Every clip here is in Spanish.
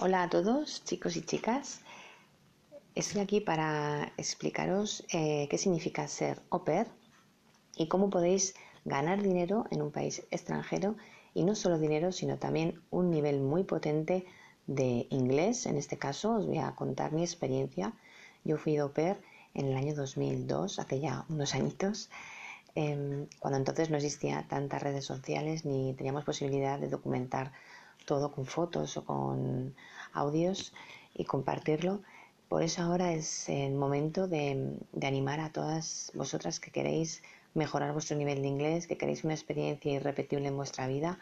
Hola a todos, chicos y chicas. Estoy aquí para explicaros qué significa ser au pair y cómo podéis ganar dinero en un país extranjero, y no solo dinero, sino también un nivel muy potente de inglés. En este caso os voy a contar mi experiencia. Yo fui au pair en el año 2002, hace ya unos añitos, cuando entonces no existía tantas redes sociales ni teníamos posibilidad de documentar todo con fotos o con audios y compartirlo. Por eso ahora es el momento de animar a todas vosotras que queréis mejorar vuestro nivel de inglés, que queréis una experiencia irrepetible en vuestra vida.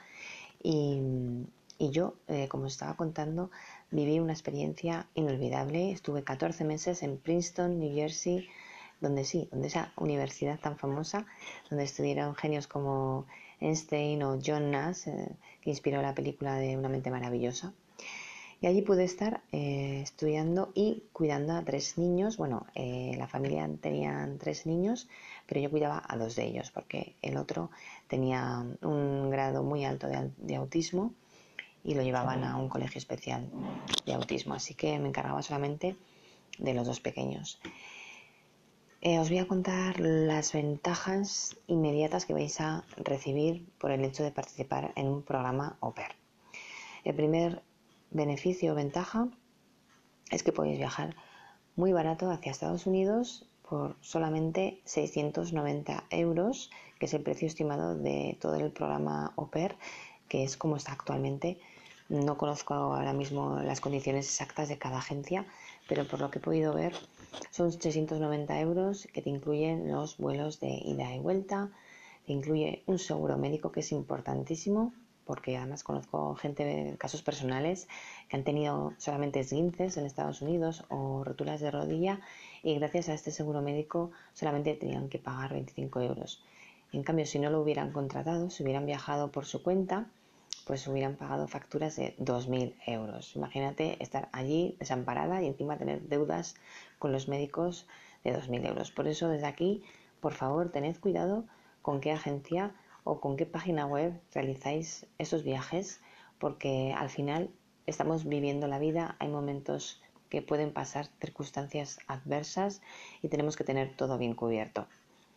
Y yo, como os estaba contando, viví una experiencia inolvidable. Estuve 14 meses en Princeton, New Jersey, donde esa universidad tan famosa, donde estudiaron genios como Einstein o John Nash, que inspiró la película de Una mente maravillosa. Y allí pude estar estudiando y cuidando a 3 niños. Bueno, la familia tenían 3 niños, pero yo cuidaba a 2 de ellos porque el otro tenía un grado muy alto de autismo y lo llevaban a un colegio especial de autismo. Así que me encargaba solamente de los 2 pequeños. Os voy a contar las ventajas inmediatas que vais a recibir por el hecho de participar en un programa au pair. El primer beneficio o ventaja es que podéis viajar muy barato hacia Estados Unidos por solamente 690 euros, que es el precio estimado de todo el programa au pair, que es como está actualmente. No conozco ahora mismo las condiciones exactas de cada agencia, pero por lo que he podido ver son 690 euros que te incluyen los vuelos de ida y vuelta, te incluye un seguro médico que es importantísimo, porque además conozco gente, casos personales, que han tenido solamente esguinces en Estados Unidos o roturas de rodilla, y gracias a este seguro médico solamente tenían que pagar 25 euros. En cambio, si no lo hubieran contratado, si hubieran viajado por su cuenta, pues hubieran pagado facturas de 2.000 euros. Imagínate estar allí desamparada y encima tener deudas con los médicos de 2.000 euros. Por eso, desde aquí, por favor, tened cuidado con qué agencia o con qué página web realizáis esos viajes, porque al final estamos viviendo la vida, hay momentos que pueden pasar circunstancias adversas y tenemos que tener todo bien cubierto.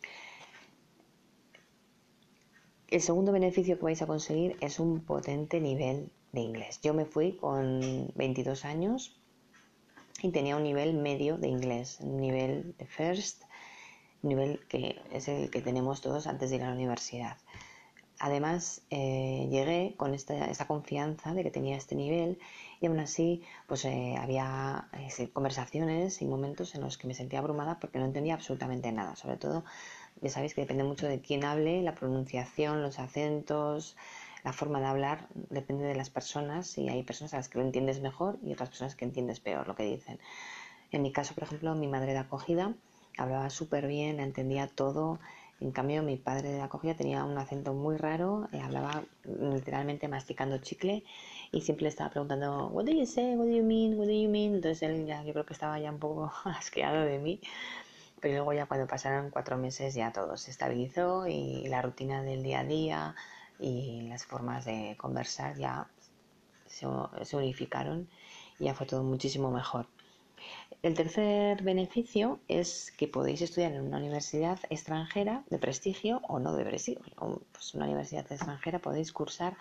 El segundo beneficio que vais a conseguir es un potente nivel de inglés. Yo me fui con 22 años y tenía un nivel medio de inglés, un nivel de first, un nivel que es el que tenemos todos antes de ir a la universidad. Además, llegué con esta confianza de que tenía este nivel, y aún así pues había conversaciones y momentos en los que me sentía abrumada porque no entendía absolutamente nada. Sobre todo, ya sabéis que depende mucho de quién hable, la pronunciación, los acentos, la forma de hablar, depende de las personas, y hay personas a las que lo entiendes mejor y otras personas que entiendes peor lo que dicen. En mi caso, por ejemplo, mi madre de acogida hablaba súper bien, entendía todo. En cambio, mi padre de acogida tenía un acento muy raro, hablaba literalmente masticando chicle y siempre le estaba preguntando "What do you say? What do you mean? What do you mean?". Entonces él ya, yo creo que estaba ya un poco asqueado de mí, pero luego ya cuando pasaron 4 meses ya todo se estabilizó y la rutina del día a día y las formas de conversar ya se unificaron y ya fue todo muchísimo mejor. El tercer beneficio es que podéis estudiar en una universidad extranjera de prestigio o no de prestigio. Pues una universidad extranjera podéis cursar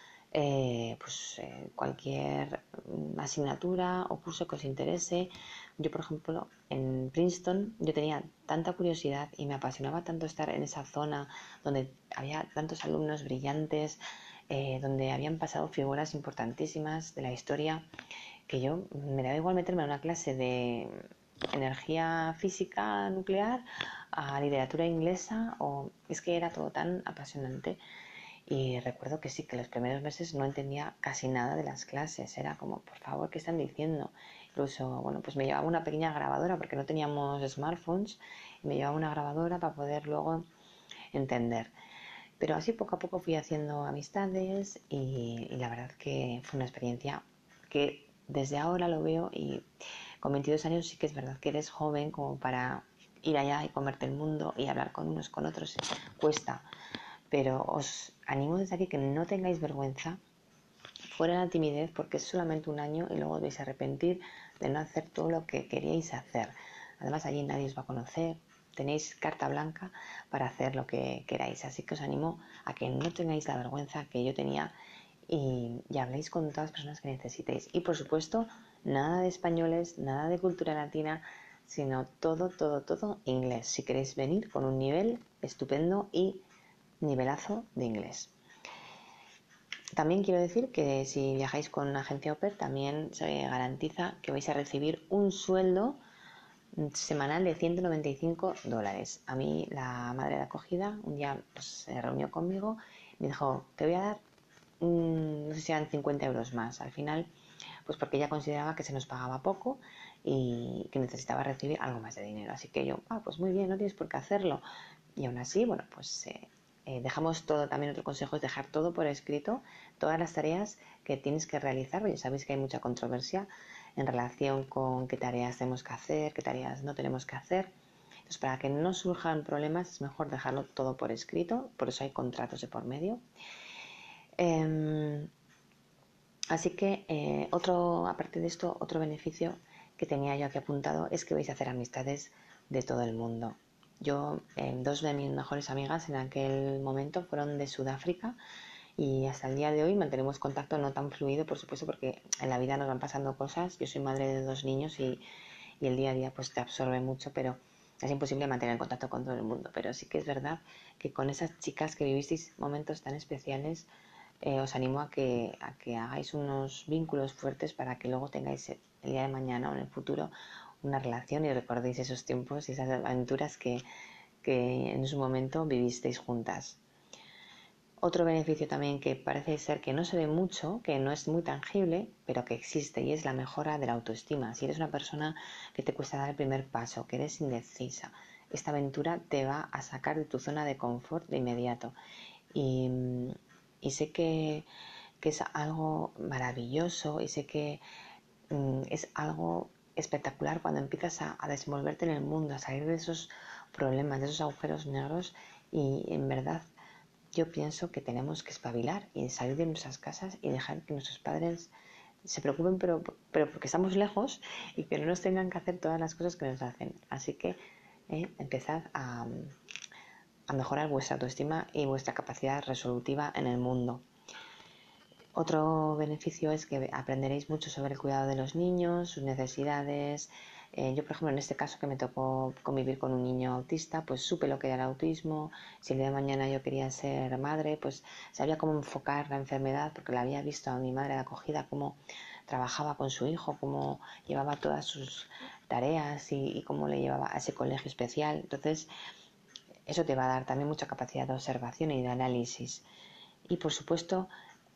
cualquier asignatura o curso que os interese. Yo, por ejemplo, en Princeton yo tenía tanta curiosidad y me apasionaba tanto estar en esa zona donde había tantos alumnos brillantes, donde habían pasado figuras importantísimas de la historia, que yo me daba igual meterme en una clase de energía física nuclear, a literatura inglesa, o es que era todo tan apasionante. Y recuerdo que sí, que los primeros meses no entendía casi nada de las clases, era como, por favor, ¿qué están diciendo? Incluso, bueno, pues me llevaba una pequeña grabadora porque no teníamos smartphones, y me llevaba una grabadora para poder luego entender. Pero así poco a poco fui haciendo amistades y la verdad que fue una experiencia que desde ahora lo veo, y con 22 años sí que es verdad que eres joven como para ir allá y comerte el mundo y hablar con unos con otros, cuesta, pero os animo desde aquí que no tengáis vergüenza, fuera la timidez, porque es solamente un año y luego os vais a arrepentir de no hacer todo lo que queríais hacer. Además, allí nadie os va a conocer, tenéis carta blanca para hacer lo que queráis, así que os animo a que no tengáis la vergüenza que yo tenía y habléis con todas las personas que necesitéis. Y por supuesto, nada de españoles, nada de cultura latina, sino todo inglés, si queréis venir con un nivel estupendo y nivelazo de inglés. También quiero decir que si viajáis con una agencia au pair, también se garantiza que vais a recibir un sueldo semanal de $195. A mí la madre de acogida un día pues, se reunió conmigo y me dijo, te voy a dar, no sé si eran 50 euros más. Al final, pues porque ella consideraba que se nos pagaba poco y que necesitaba recibir algo más de dinero. Así que yo, pues muy bien, no tienes por qué hacerlo. Y aún así, bueno, pues dejamos todo, también otro consejo es dejar todo por escrito, todas las tareas que tienes que realizar, porque ya sabéis que hay mucha controversia en relación con qué tareas tenemos que hacer, qué tareas no tenemos que hacer. Entonces, para que no surjan problemas, es mejor dejarlo todo por escrito, por eso hay contratos de por medio. Así que, aparte de esto, otro beneficio que tenía yo aquí apuntado es que vais a hacer amistades de todo el mundo. Yo, dos de mis mejores amigas en aquel momento fueron de Sudáfrica y hasta el día de hoy mantenemos contacto no tan fluido, por supuesto, porque en la vida nos van pasando cosas. Yo soy madre de 2 niños y el día a día pues te absorbe mucho, pero es imposible mantener contacto con todo el mundo. Pero sí que es verdad que con esas chicas que vivisteis momentos tan especiales, os animo a que hagáis unos vínculos fuertes para que luego tengáis el día de mañana o en el futuro una relación y recordéis esos tiempos y esas aventuras que en su momento vivisteis juntas. Otro beneficio también que parece ser que no se ve mucho, que no es muy tangible, pero que existe y es la mejora de la autoestima. Si eres una persona que te cuesta dar el primer paso, que eres indecisa, esta aventura te va a sacar de tu zona de confort de inmediato. Y sé que es algo maravilloso y sé que es algo espectacular cuando empiezas a desenvolverte en el mundo, a salir de esos problemas, de esos agujeros negros y en verdad yo pienso que tenemos que espabilar y salir de nuestras casas y dejar que nuestros padres se preocupen, pero porque estamos lejos y que no nos tengan que hacer todas las cosas que nos hacen. Así que empezad a mejorar vuestra autoestima y vuestra capacidad resolutiva en el mundo. Otro beneficio es que aprenderéis mucho sobre el cuidado de los niños, sus necesidades. Yo, por ejemplo, en este caso que me tocó convivir con un niño autista, pues supe lo que era el autismo. Si el día de mañana yo quería ser madre, pues sabía cómo enfocar la enfermedad, porque la había visto a mi madre de acogida, cómo trabajaba con su hijo, cómo llevaba todas sus tareas y cómo le llevaba a ese colegio especial. Entonces, eso te va a dar también mucha capacidad de observación y de análisis. Y, por supuesto,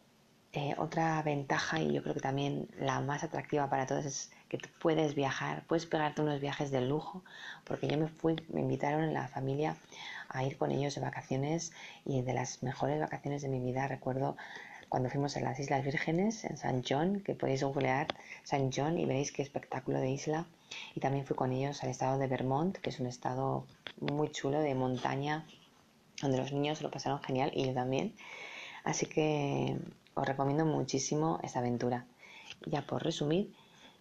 otra ventaja, y yo creo que también la más atractiva para todos, es que tú puedes viajar, puedes pegarte unos viajes de lujo, porque yo me invitaron en la familia a ir con ellos de vacaciones y de las mejores vacaciones de mi vida recuerdo cuando fuimos a las Islas Vírgenes, en San John, que podéis googlear San John y veréis qué espectáculo de isla. Y también fui con ellos al estado de Vermont, que es un estado muy chulo de montaña, donde los niños lo pasaron genial y yo también. Así que os recomiendo muchísimo esta aventura. Ya por resumir,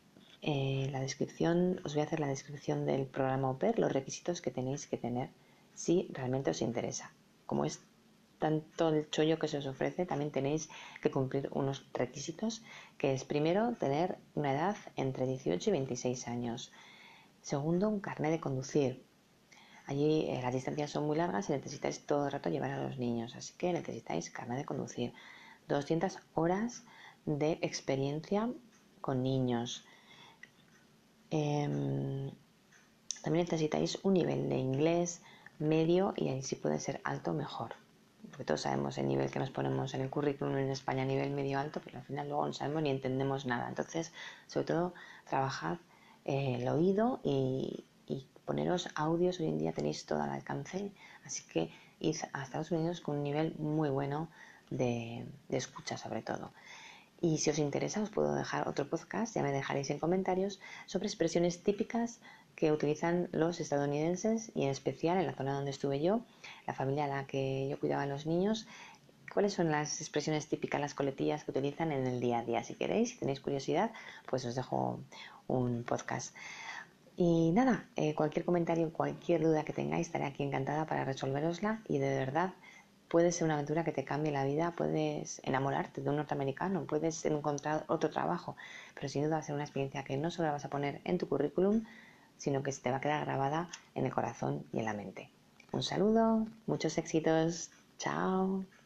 la descripción, os voy a hacer la descripción del programa au pair, los requisitos que tenéis que tener si realmente os interesa. Como es tanto el chollo que se os ofrece, también tenéis que cumplir unos requisitos, que es primero tener una edad entre 18 y 26 años. Segundo, un carnet de conducir. Allí las distancias son muy largas y necesitáis todo el rato llevar a los niños, así que necesitáis carnet de conducir. 200 horas de experiencia con niños. También necesitáis un nivel de inglés medio y ahí si puede ser alto mejor, porque todos sabemos el nivel que nos ponemos en el currículum en España, nivel medio alto, pero al final luego no sabemos ni entendemos nada. Entonces, sobre todo, trabajad el oído y poneros audios. Hoy en día tenéis todo al alcance, así que id a Estados Unidos con un nivel muy bueno de escucha sobre todo. Y si os interesa os puedo dejar otro podcast, ya me dejaréis en comentarios, sobre expresiones típicas que utilizan los estadounidenses y en especial en la zona donde estuve yo, la familia a la que yo cuidaba a los niños, cuáles son las expresiones típicas, las coletillas que utilizan en el día a día. Si queréis, si tenéis curiosidad, pues os dejo un podcast. Y nada, cualquier comentario, cualquier duda que tengáis, estaré aquí encantada para resolverosla. Y de verdad, puede ser una aventura que te cambie la vida, puedes enamorarte de un norteamericano, puedes encontrar otro trabajo, pero sin duda va a ser una experiencia que no solo vas a poner en tu currículum, sino que se te va a quedar grabada en el corazón y en la mente. Un saludo, muchos éxitos, chao.